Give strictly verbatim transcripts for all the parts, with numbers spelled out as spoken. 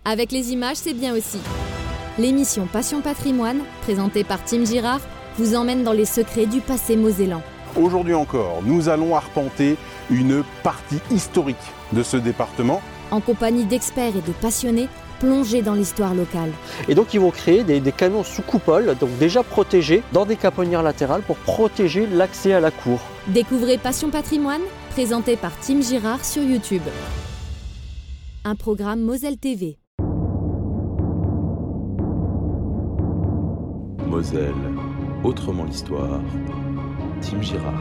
Avec les images, c'est bien aussi. L'émission Passion Patrimoine, présentée par Tim Girard, vous emmène dans les secrets du passé mosellan. Aujourd'hui encore, nous allons arpenter une partie historique de ce département. En compagnie d'experts et de passionnés, plongés dans l'histoire locale. Et donc ils vont créer des, des canons sous coupole, donc déjà protégés, dans des caponnières latérales pour protéger l'accès à la cour. Découvrez Passion Patrimoine, présenté par Tim Girard sur YouTube. Un programme Moselle T V. Moselle, autrement l'histoire, Tim Girard.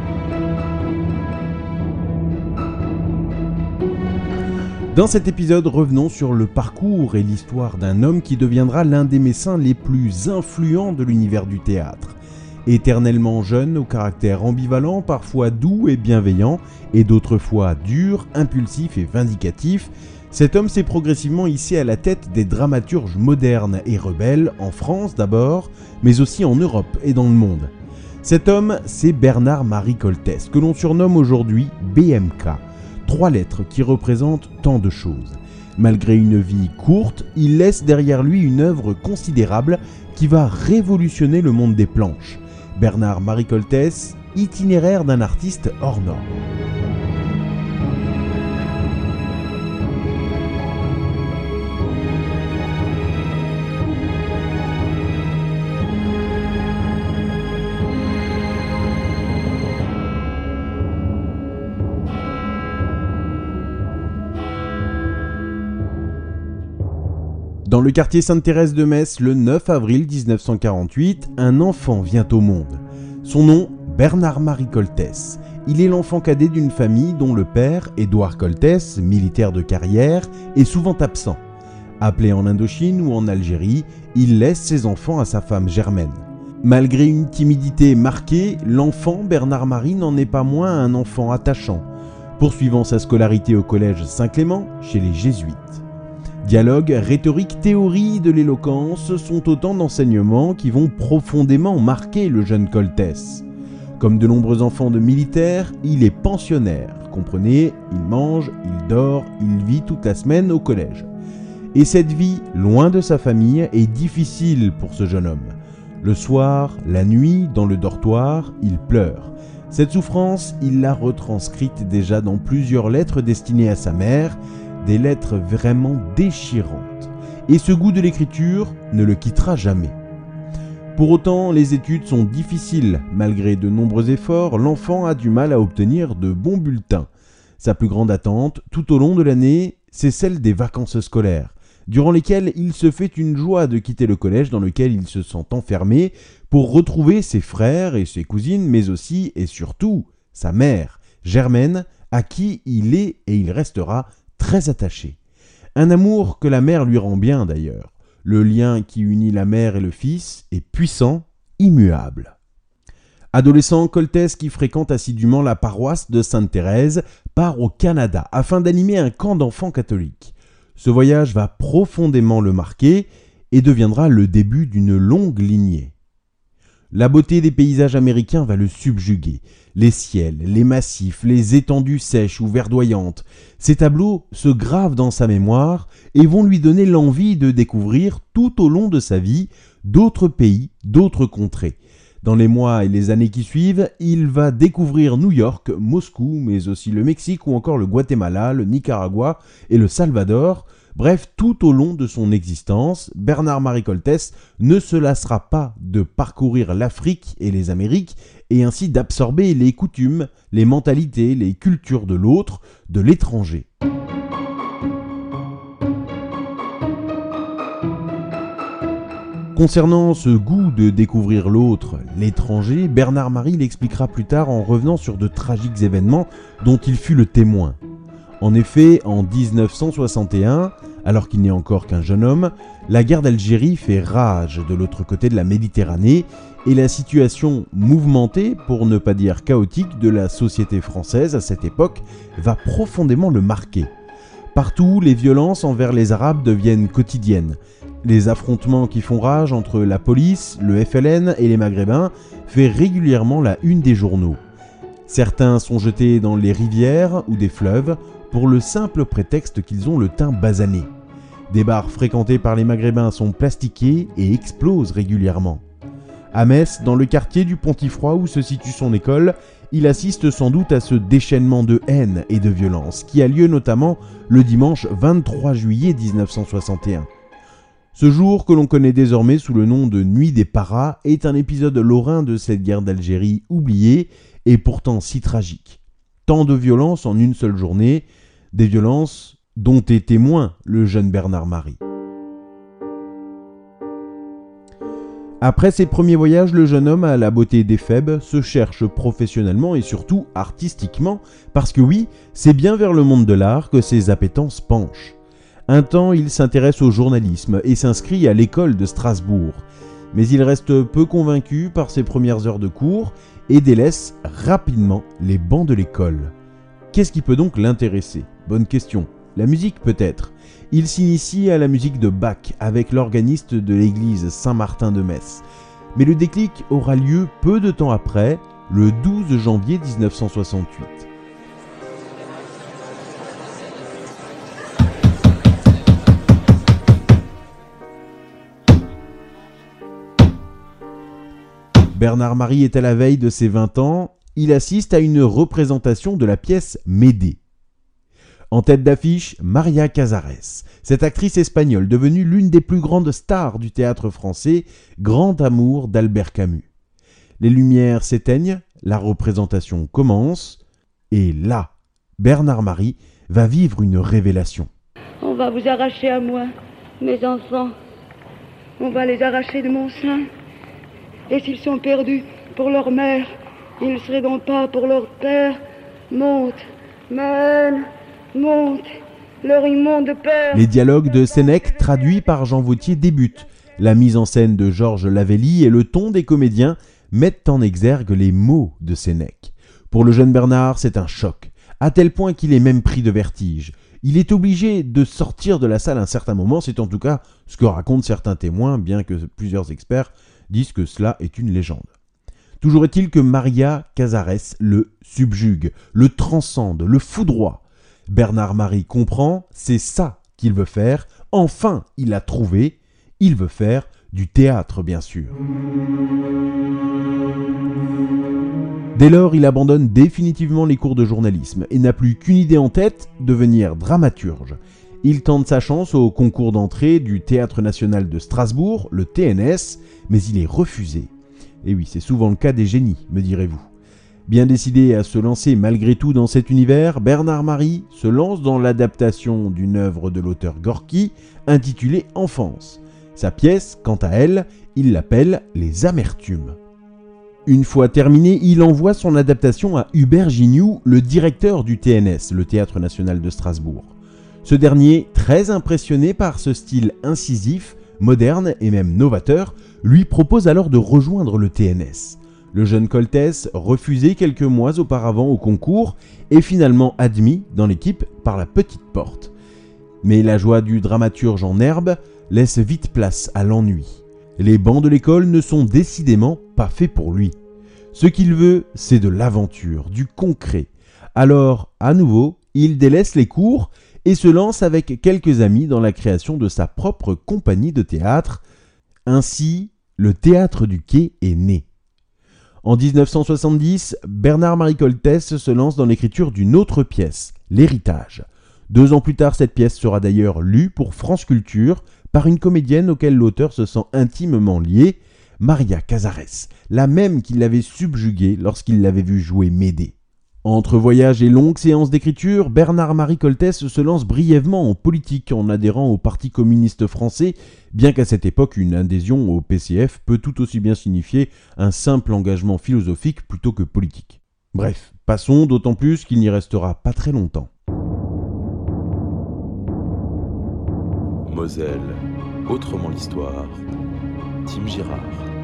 Dans cet épisode, revenons sur le parcours et l'histoire d'un homme qui deviendra l'un des mécènes les plus influents de l'univers du théâtre. Éternellement jeune, au caractère ambivalent, parfois doux et bienveillant, et d'autres fois dur, impulsif et vindicatif, cet homme s'est progressivement hissé à la tête des dramaturges modernes et rebelles, en France d'abord, mais aussi en Europe et dans le monde. Cet homme, c'est Bernard-Marie Coltès, que l'on surnomme aujourd'hui B M K. Trois lettres qui représentent tant de choses. Malgré une vie courte, il laisse derrière lui une œuvre considérable qui va révolutionner le monde des planches. Bernard-Marie Coltès, itinéraire d'un artiste hors norme. Dans le quartier Sainte-Thérèse de Metz, le neuf avril dix-neuf cent quarante-huit, un enfant vient au monde. Son nom, Bernard-Marie Coltès. Il est l'enfant cadet d'une famille dont le père, Édouard Coltès, militaire de carrière, est souvent absent. Appelé en Indochine ou en Algérie, il laisse ses enfants à sa femme Germaine. Malgré une timidité marquée, l'enfant Bernard-Marie n'en est pas moins un enfant attachant, poursuivant sa scolarité au collège Saint-Clément chez les Jésuites. Dialogue, rhétorique, théorie de l'éloquence sont autant d'enseignements qui vont profondément marquer le jeune Coltès. Comme de nombreux enfants de militaires, il est pensionnaire. Comprenez, il mange, il dort, il vit toute la semaine au collège. Et cette vie, loin de sa famille, est difficile pour ce jeune homme. Le soir, la nuit, dans le dortoir, il pleure. Cette souffrance, il l'a retranscrite déjà dans plusieurs lettres destinées à sa mère, des lettres vraiment déchirantes. Et ce goût de l'écriture ne le quittera jamais. Pour autant, les études sont difficiles. Malgré de nombreux efforts, l'enfant a du mal à obtenir de bons bulletins. Sa plus grande attente, tout au long de l'année, c'est celle des vacances scolaires, durant lesquelles il se fait une joie de quitter le collège dans lequel il se sent enfermé pour retrouver ses frères et ses cousines, mais aussi et surtout sa mère, Germaine, à qui il est et il restera très attaché. Un amour que la mère lui rend bien d'ailleurs. Le lien qui unit la mère et le fils est puissant, immuable. Adolescent, Coltès, qui fréquente assidûment la paroisse de Sainte-Thérèse, part au Canada afin d'animer un camp d'enfants catholiques. Ce voyage va profondément le marquer et deviendra le début d'une longue lignée. La beauté des paysages américains va le subjuguer. Les ciels, les massifs, les étendues sèches ou verdoyantes, ces tableaux se gravent dans sa mémoire et vont lui donner l'envie de découvrir tout au long de sa vie d'autres pays, d'autres contrées. Dans les mois et les années qui suivent, il va découvrir New York, Moscou, mais aussi le Mexique ou encore le Guatemala, le Nicaragua et le Salvador. Bref, tout au long de son existence, Bernard-Marie Coltès ne se lassera pas de parcourir l'Afrique et les Amériques et ainsi d'absorber les coutumes, les mentalités, les cultures de l'autre, de l'étranger. Concernant ce goût de découvrir l'autre, l'étranger, Bernard-Marie l'expliquera plus tard en revenant sur de tragiques événements dont il fut le témoin. En effet, en dix-neuf cent soixante et un, alors qu'il n'est encore qu'un jeune homme, la guerre d'Algérie fait rage de l'autre côté de la Méditerranée et la situation mouvementée, pour ne pas dire chaotique, de la société française à cette époque va profondément le marquer. Partout, les violences envers les Arabes deviennent quotidiennes. Les affrontements qui font rage entre la police, le F L N et les Maghrébins fait régulièrement la une des journaux. Certains sont jetés dans les rivières ou des fleuves pour le simple prétexte qu'ils ont le teint basané. Des bars fréquentés par les Maghrébins sont plastiqués et explosent régulièrement. À Metz, dans le quartier du Pontifroy où se situe son école, il assiste sans doute à ce déchaînement de haine et de violence qui a lieu notamment le dimanche vingt-trois juillet dix-neuf cent soixante et un. Ce jour, que l'on connaît désormais sous le nom de Nuit des Paras, est un épisode lorrain de cette guerre d'Algérie oubliée et pourtant si tragique. Tant de violence en une seule journée, des violences dont est témoin le jeune Bernard Marie. Après ses premiers voyages, le jeune homme à la beauté d'Éphèbes se cherche professionnellement et surtout artistiquement, parce que oui, c'est bien vers le monde de l'art que ses appétences penchent. Un temps, il s'intéresse au journalisme et s'inscrit à l'école de Strasbourg, mais il reste peu convaincu par ses premières heures de cours et délaisse rapidement les bancs de l'école. Qu'est-ce qui peut donc l'intéresser ? Bonne question. La musique peut-être. Il s'initie à la musique de Bach avec l'organiste de l'église Saint-Martin de Metz. Mais le déclic aura lieu peu de temps après, le douze janvier dix-neuf cent soixante-huit. Bernard Marie est à la veille de ses vingt ans, il assiste à une représentation de la pièce Médée. En tête d'affiche, Maria Casares, cette actrice espagnole devenue l'une des plus grandes stars du théâtre français, grand amour d'Albert Camus. Les lumières s'éteignent, la représentation commence, et là, Bernard Marie va vivre une révélation. On va vous arracher à moi, mes enfants. On va les arracher de mon sein. Et s'ils sont perdus pour leur mère, ils ne seraient donc pas pour leur père. Monte, ma haine, monte, leur immonde père. Les dialogues de Sénèque, traduits par Jean Vauthier, débutent. La mise en scène de Georges Lavelli et le ton des comédiens mettent en exergue les mots de Sénèque. Pour le jeune Bernard, c'est un choc, à tel point qu'il est même pris de vertige. Il est obligé de sortir de la salle à un certain moment, c'est en tout cas ce que racontent certains témoins, bien que plusieurs experts disent que cela est une légende. Toujours est-il que Maria Casares le subjugue, le transcende, le foudroie. Bernard Marie comprend, c'est ça qu'il veut faire, enfin il a trouvé, il veut faire du théâtre bien sûr. Dès lors, il abandonne définitivement les cours de journalisme et n'a plus qu'une idée en tête, devenir dramaturge. Il tente sa chance au concours d'entrée du Théâtre National de Strasbourg, le T N S, mais il est refusé. Et oui, c'est souvent le cas des génies, me direz-vous. Bien décidé à se lancer malgré tout dans cet univers, Bernard Marie se lance dans l'adaptation d'une œuvre de l'auteur Gorky, intitulée Enfance. Sa pièce, quant à elle, il l'appelle Les Amertumes. Une fois terminé, il envoie son adaptation à Hubert Gignoux, le directeur du T N S, le Théâtre National de Strasbourg. Ce dernier, très impressionné par ce style incisif, moderne et même novateur, lui propose alors de rejoindre le T N S. Le jeune Coltès, refusé quelques mois auparavant au concours, est finalement admis dans l'équipe par la petite porte. Mais la joie du dramaturge en herbe laisse vite place à l'ennui. Les bancs de l'école ne sont décidément pas faits pour lui. Ce qu'il veut, c'est de l'aventure, du concret. Alors, à nouveau, il délaisse les cours et se lance avec quelques amis dans la création de sa propre compagnie de théâtre. Ainsi, le Théâtre du Quai est né. En dix-neuf cent soixante-dix, Bernard-Marie Coltès se lance dans l'écriture d'une autre pièce, L'Héritage. Deux ans plus tard, cette pièce sera d'ailleurs lue pour France Culture par une comédienne auquel l'auteur se sent intimement lié, Maria Casares, la même qui l'avait subjugué lorsqu'il l'avait vu jouer Médée. Entre voyages et longues séances d'écriture, Bernard-Marie Coltès se lance brièvement en politique en adhérant au Parti communiste français, bien qu'à cette époque une adhésion au P C F peut tout aussi bien signifier un simple engagement philosophique plutôt que politique. Bref, passons, d'autant plus qu'il n'y restera pas très longtemps. Moselle, autrement l'histoire, Tim Girard.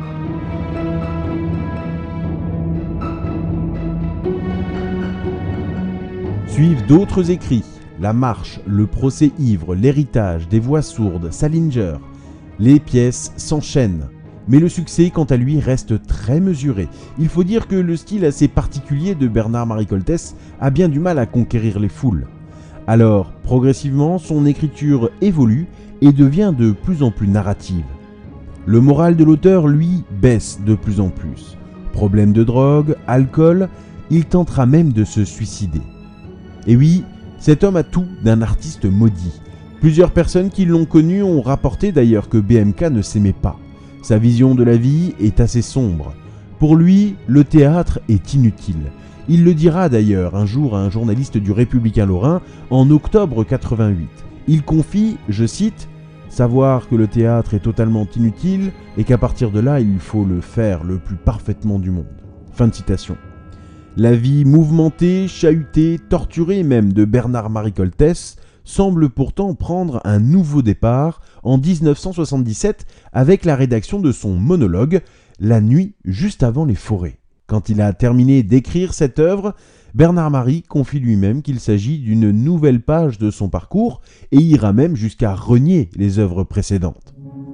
Suivent d'autres écrits, La Marche, Le Procès ivre, L'Héritage, Des voix sourdes, Salinger. Les pièces s'enchaînent, mais le succès quant à lui reste très mesuré. Il faut dire que le style assez particulier de Bernard-Marie Coltès a bien du mal à conquérir les foules. Alors, progressivement, son écriture évolue et devient de plus en plus narrative. Le moral de l'auteur, lui, baisse de plus en plus. Problème de drogue, alcool, il tentera même de se suicider. Et oui, cet homme a tout d'un artiste maudit. Plusieurs personnes qui l'ont connu ont rapporté d'ailleurs que B M K ne s'aimait pas. Sa vision de la vie est assez sombre. Pour lui, le théâtre est inutile. Il le dira d'ailleurs un jour à un journaliste du Républicain Lorrain en octobre quatre-vingt-huit. Il confie, je cite, « Savoir que le théâtre est totalement inutile et qu'à partir de là, il faut le faire le plus parfaitement du monde. » Fin de citation. La vie mouvementée, chahutée, torturée même de Bernard-Marie Coltès semble pourtant prendre un nouveau départ en dix-neuf cent soixante-dix-sept avec la rédaction de son monologue « La nuit juste avant les forêts ». Quand il a terminé d'écrire cette œuvre, Bernard-Marie confie lui-même qu'il s'agit d'une nouvelle page de son parcours et ira même jusqu'à renier les œuvres précédentes.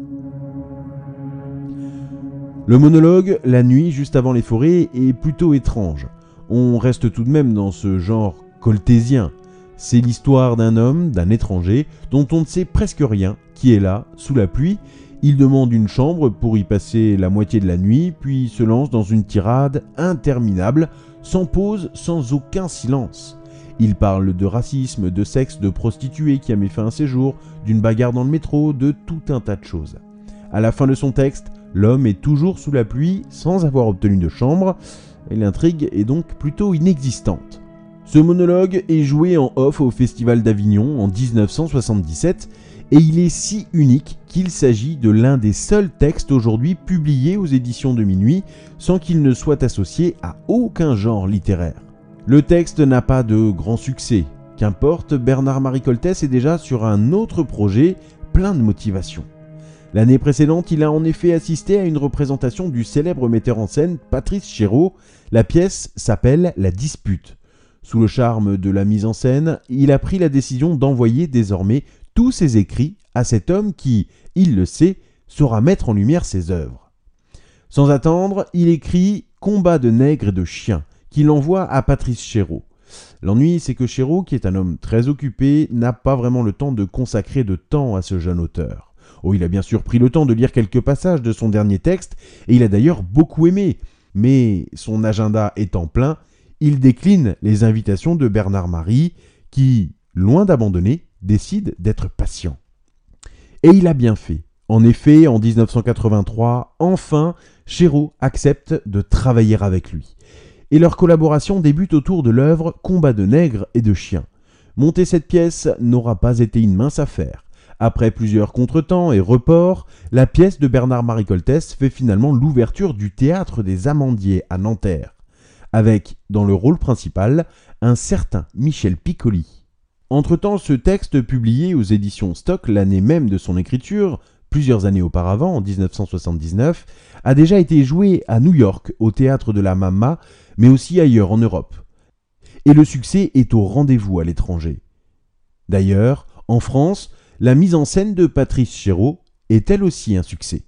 Le monologue « La nuit juste avant les forêts » est plutôt étrange. On reste tout de même dans ce genre coltésien. C'est l'histoire d'un homme, d'un étranger, dont on ne sait presque rien, qui est là, sous la pluie. Il demande une chambre pour y passer la moitié de la nuit, puis se lance dans une tirade interminable, sans pause, sans aucun silence. Il parle de racisme, de sexe, de prostituée qui a mis fin à un séjour, d'une bagarre dans le métro, de tout un tas de choses. À la fin de son texte, l'homme est toujours sous la pluie, sans avoir obtenu de chambre, et l'intrigue est donc plutôt inexistante. Ce monologue est joué en off au Festival d'Avignon en dix-neuf cent soixante-dix-sept, et il est si unique qu'il s'agit de l'un des seuls textes aujourd'hui publiés aux éditions de Minuit sans qu'il ne soit associé à aucun genre littéraire. Le texte n'a pas de grand succès. Qu'importe, Bernard-Marie Coltès est déjà sur un autre projet plein de motivation. L'année précédente, il a en effet assisté à une représentation du célèbre metteur en scène Patrice Chéreau. La pièce s'appelle « La dispute ». Sous le charme de la mise en scène, il a pris la décision d'envoyer désormais tous ses écrits à cet homme qui, il le sait, saura mettre en lumière ses œuvres. Sans attendre, il écrit « Combat de nègres et de chiens » qu'il envoie à Patrice Chéreau. L'ennui, c'est que Chéreau, qui est un homme très occupé, n'a pas vraiment le temps de consacrer de temps à ce jeune auteur. Oh, il a bien sûr pris le temps de lire quelques passages de son dernier texte, et il a d'ailleurs beaucoup aimé. Mais son agenda étant plein, il décline les invitations de Bernard-Marie, qui, loin d'abandonner, décide d'être patient. Et il a bien fait. En effet, en dix-neuf cent quatre-vingt-trois, enfin, Chéreau accepte de travailler avec lui. Et leur collaboration débute autour de l'œuvre « Combat de nègres et de chiens ». Monter cette pièce n'aura pas été une mince affaire. Après plusieurs contretemps et reports, la pièce de Bernard-Marie Coltès fait finalement l'ouverture du Théâtre des Amandiers à Nanterre, avec, dans le rôle principal, un certain Michel Piccoli. Entre-temps, ce texte publié aux éditions Stock l'année même de son écriture, plusieurs années auparavant, en dix-neuf cent soixante-dix-neuf, a déjà été joué à New York, au Théâtre de la Mama, mais aussi ailleurs en Europe. Et le succès est au rendez-vous à l'étranger. D'ailleurs, en France, la mise en scène de Patrice Chéreau est elle aussi un succès.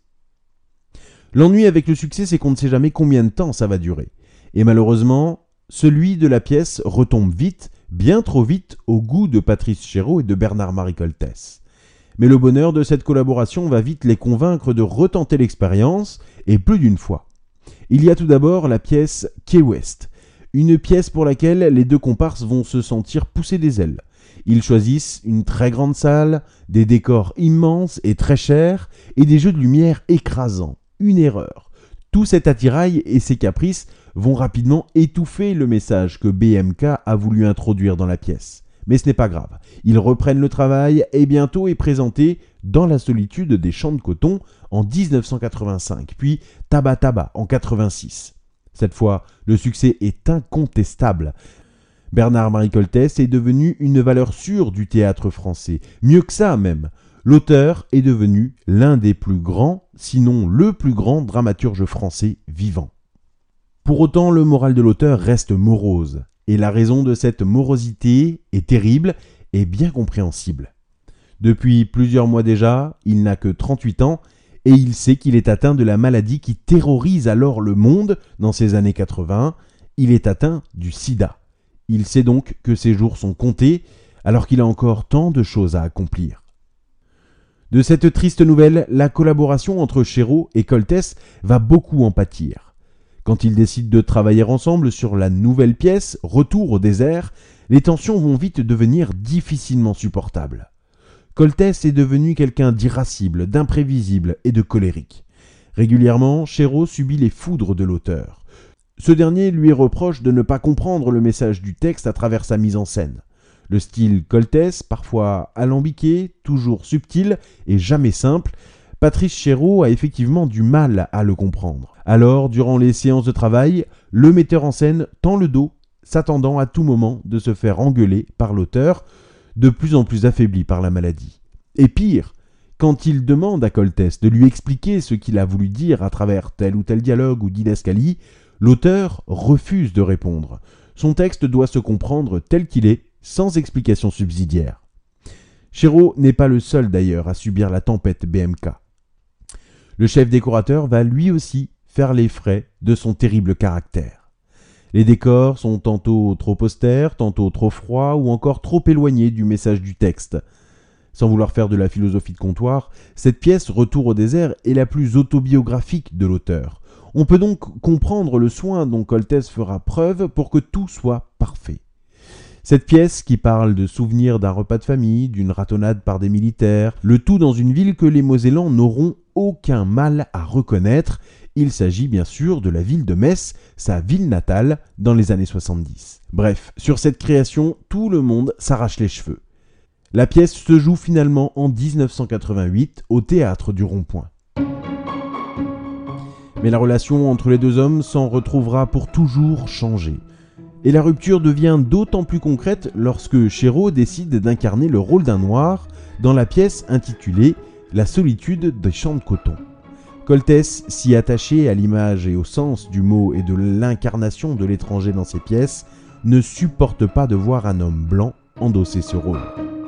L'ennui avec le succès, c'est qu'on ne sait jamais combien de temps ça va durer. Et malheureusement, celui de la pièce retombe vite, bien trop vite, au goût de Patrice Chéreau et de Bernard-Marie Coltès. Mais le bonheur de cette collaboration va vite les convaincre de retenter l'expérience, et plus d'une fois. Il y a tout d'abord la pièce Key West, une pièce pour laquelle les deux comparses vont se sentir pousser des ailes. Ils choisissent une très grande salle, des décors immenses et très chers, et des jeux de lumière écrasants. Une erreur. Tout cet attirail et ces caprices vont rapidement étouffer le message que B M K a voulu introduire dans la pièce. Mais ce n'est pas grave. Ils reprennent le travail et bientôt est présenté Dans la solitude des champs de coton en dix-neuf cent quatre-vingt-cinq, puis Tabac Tabac en quatre-vingt-six. Cette fois, le succès est incontestable. Bernard-Marie Coltès est devenu une valeur sûre du théâtre français. Mieux que ça même, l'auteur est devenu l'un des plus grands, sinon le plus grand dramaturge français vivant. Pour autant, le moral de l'auteur reste morose, et la raison de cette morosité est terrible et bien compréhensible. Depuis plusieurs mois déjà, il n'a que trente-huit ans, et il sait qu'il est atteint de la maladie qui terrorise alors le monde dans ces années quatre-vingts. Il est atteint du sida. Il sait donc que ses jours sont comptés. alors qu'il a encore tant de choses à accomplir. De cette triste nouvelle, la collaboration entre Chéreau et Coltès va beaucoup en pâtir. Quand ils décident de travailler ensemble sur la nouvelle pièce, Retour au désert, les tensions vont vite devenir difficilement supportables. Coltès est devenu quelqu'un d'irascible, d'imprévisible et de colérique. Régulièrement, Chéreau subit les foudres de l'auteur. Ce dernier lui reproche de ne pas comprendre le message du texte à travers sa mise en scène. Le style Coltès, parfois alambiqué, toujours subtil et jamais simple, Patrice Chéreau a effectivement du mal à le comprendre. Alors, durant les séances de travail, le metteur en scène tend le dos, s'attendant à tout moment de se faire engueuler par l'auteur, de plus en plus affaibli par la maladie. Et pire, quand il demande à Coltès de lui expliquer ce qu'il a voulu dire à travers tel ou tel dialogue ou didascalie, l'auteur refuse de répondre. Son texte doit se comprendre tel qu'il est, sans explication subsidiaire. Chéreau n'est pas le seul d'ailleurs à subir la tempête B M K. Le chef décorateur va lui aussi faire les frais de son terrible caractère. Les décors sont tantôt trop austères, tantôt trop froids ou encore trop éloignés du message du texte. Sans vouloir faire de la philosophie de comptoir, cette pièce Retour au désert est la plus autobiographique de l'auteur. On peut donc comprendre le soin dont Coltès fera preuve pour que tout soit parfait. Cette pièce qui parle de souvenirs d'un repas de famille, d'une ratonnade par des militaires, le tout dans une ville que les Mosellans n'auront aucun mal à reconnaître. Il s'agit bien sûr de la ville de Metz, sa ville natale, dans les années soixante-dix. Bref, sur cette création, tout le monde s'arrache les cheveux. La pièce se joue finalement en dix-neuf cent quatre-vingt-huit au Théâtre du Rond-Point. Mais la relation entre les deux hommes s'en retrouvera pour toujours changée. Et la rupture devient d'autant plus concrète lorsque Chéreau décide d'incarner le rôle d'un noir dans la pièce intitulée « La solitude des champs de coton ». Coltès, si attaché à l'image et au sens du mot et de l'incarnation de l'étranger dans ses pièces, ne supporte pas de voir un homme blanc endosser ce rôle.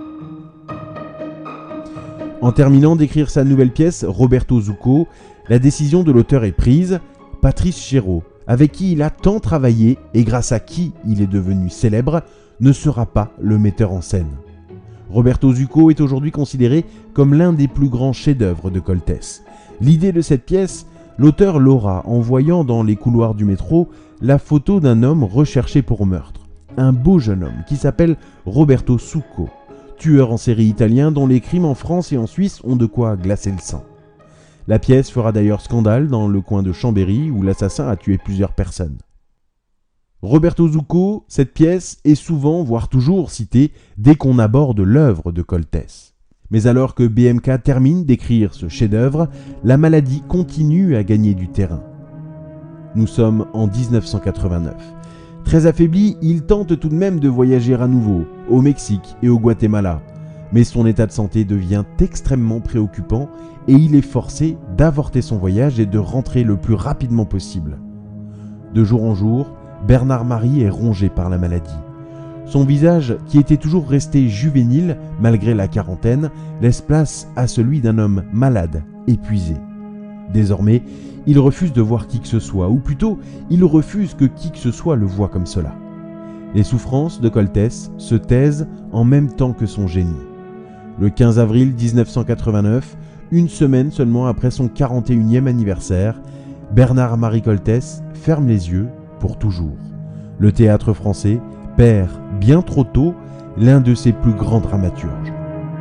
En terminant d'écrire sa nouvelle pièce, Roberto Zucco, la décision de l'auteur est prise. Patrice Chéreau, avec qui il a tant travaillé et grâce à qui il est devenu célèbre, ne sera pas le metteur en scène. Roberto Zucco est aujourd'hui considéré comme l'un des plus grands chefs-d'œuvre de Coltès. L'idée de cette pièce, l'auteur l'aura en voyant dans les couloirs du métro la photo d'un homme recherché pour meurtre. Un beau jeune homme qui s'appelle Roberto Zucco, tueur en série italien dont les crimes en France et en Suisse ont de quoi glacer le sang. La pièce fera d'ailleurs scandale dans le coin de Chambéry où l'assassin a tué plusieurs personnes. Roberto Zucco, cette pièce est souvent, voire toujours citée dès qu'on aborde l'œuvre de Coltès. Mais alors que B M K termine d'écrire ce chef-d'œuvre, la maladie continue à gagner du terrain. Nous sommes en dix-neuf cent quatre-vingt-neuf. Très affaibli, il tente tout de même de voyager à nouveau, au Mexique et au Guatemala. Mais son état de santé devient extrêmement préoccupant et il est forcé d'avorter son voyage et de rentrer le plus rapidement possible. De jour en jour, Bernard Marie est rongé par la maladie. Son visage, qui était toujours resté juvénile malgré la quarantaine, laisse place à celui d'un homme malade, épuisé. Désormais, il refuse de voir qui que ce soit, ou plutôt, il refuse que qui que ce soit le voie comme cela. Les souffrances de Coltès se taisent en même temps que son génie. Le quinze avril dix-neuf cent quatre-vingt-neuf, une semaine seulement après son quarante et unième anniversaire, Bernard-Marie Coltès ferme les yeux pour toujours. Le théâtre français perd bien trop tôt l'un de ses plus grands dramaturges.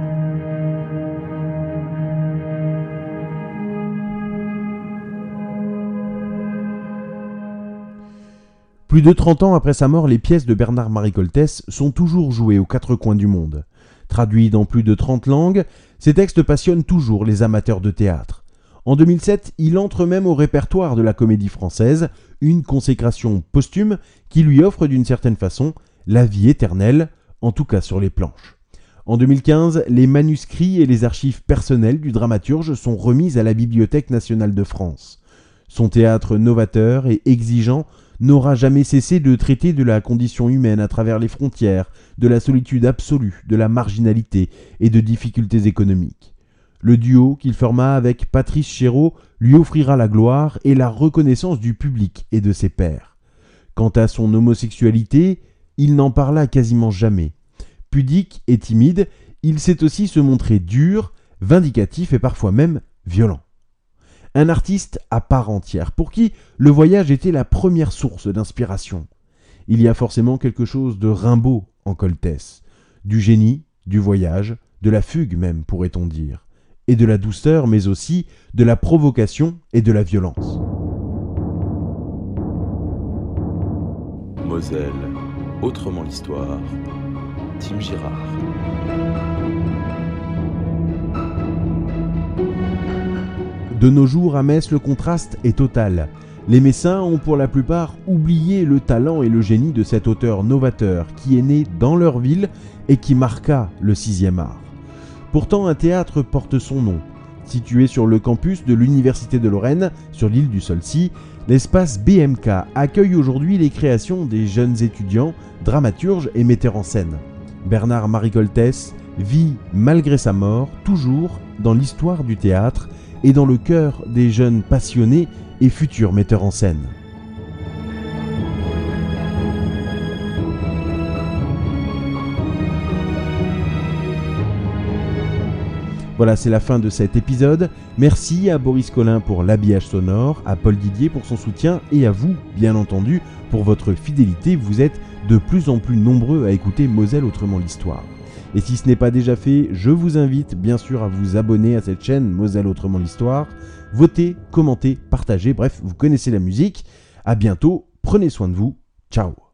Plus de trente ans après sa mort, les pièces de Bernard-Marie Coltès sont toujours jouées aux quatre coins du monde. Traduits dans plus de trente langues, ces textes passionnent toujours les amateurs de théâtre. En deux mille sept, il entre même au répertoire de la Comédie Française, une consécration posthume qui lui offre d'une certaine façon la vie éternelle, en tout cas sur les planches. En deux mille quinze, les manuscrits et les archives personnelles du dramaturge sont remises à la Bibliothèque nationale de France. Son théâtre novateur et exigeant n'aura jamais cessé de traiter de la condition humaine à travers les frontières, de la solitude absolue, de la marginalité et de difficultés économiques. Le duo qu'il forma avec Patrice Chéreau lui offrira la gloire et la reconnaissance du public et de ses pairs. Quant à son homosexualité, il n'en parla quasiment jamais. Pudique et timide, il sait aussi se montrer dur, vindicatif et parfois même violent. Un artiste à part entière, pour qui le voyage était la première source d'inspiration. Il y a forcément quelque chose de Rimbaud en Coltès, du génie, du voyage, de la fugue même, pourrait-on dire, et de la douceur, mais aussi de la provocation et de la violence. Moselle, autrement l'histoire, Tim Girard. De nos jours, à Metz, le contraste est total. Les Messins ont pour la plupart oublié le talent et le génie de cet auteur novateur qui est né dans leur ville et qui marqua le sixième art. Pourtant, un théâtre porte son nom. Situé sur le campus de l'Université de Lorraine, sur l'île du Saulcy, l'espace B M K accueille aujourd'hui les créations des jeunes étudiants, dramaturges et metteurs en scène. Bernard-Marie Coltès vit, malgré sa mort, toujours dans l'histoire du théâtre et dans le cœur des jeunes passionnés et futurs metteurs en scène. Voilà, c'est la fin de cet épisode. Merci à Boris Collin pour l'habillage sonore, à Paul Didier pour son soutien et à vous, bien entendu, pour votre fidélité. Vous êtes de plus en plus nombreux à écouter Moselle autrement l'histoire. Et si ce n'est pas déjà fait, je vous invite bien sûr à vous abonner à cette chaîne Moselle autrement l'histoire. Votez, commentez, partagez, bref, vous connaissez la musique. À bientôt, prenez soin de vous. Ciao.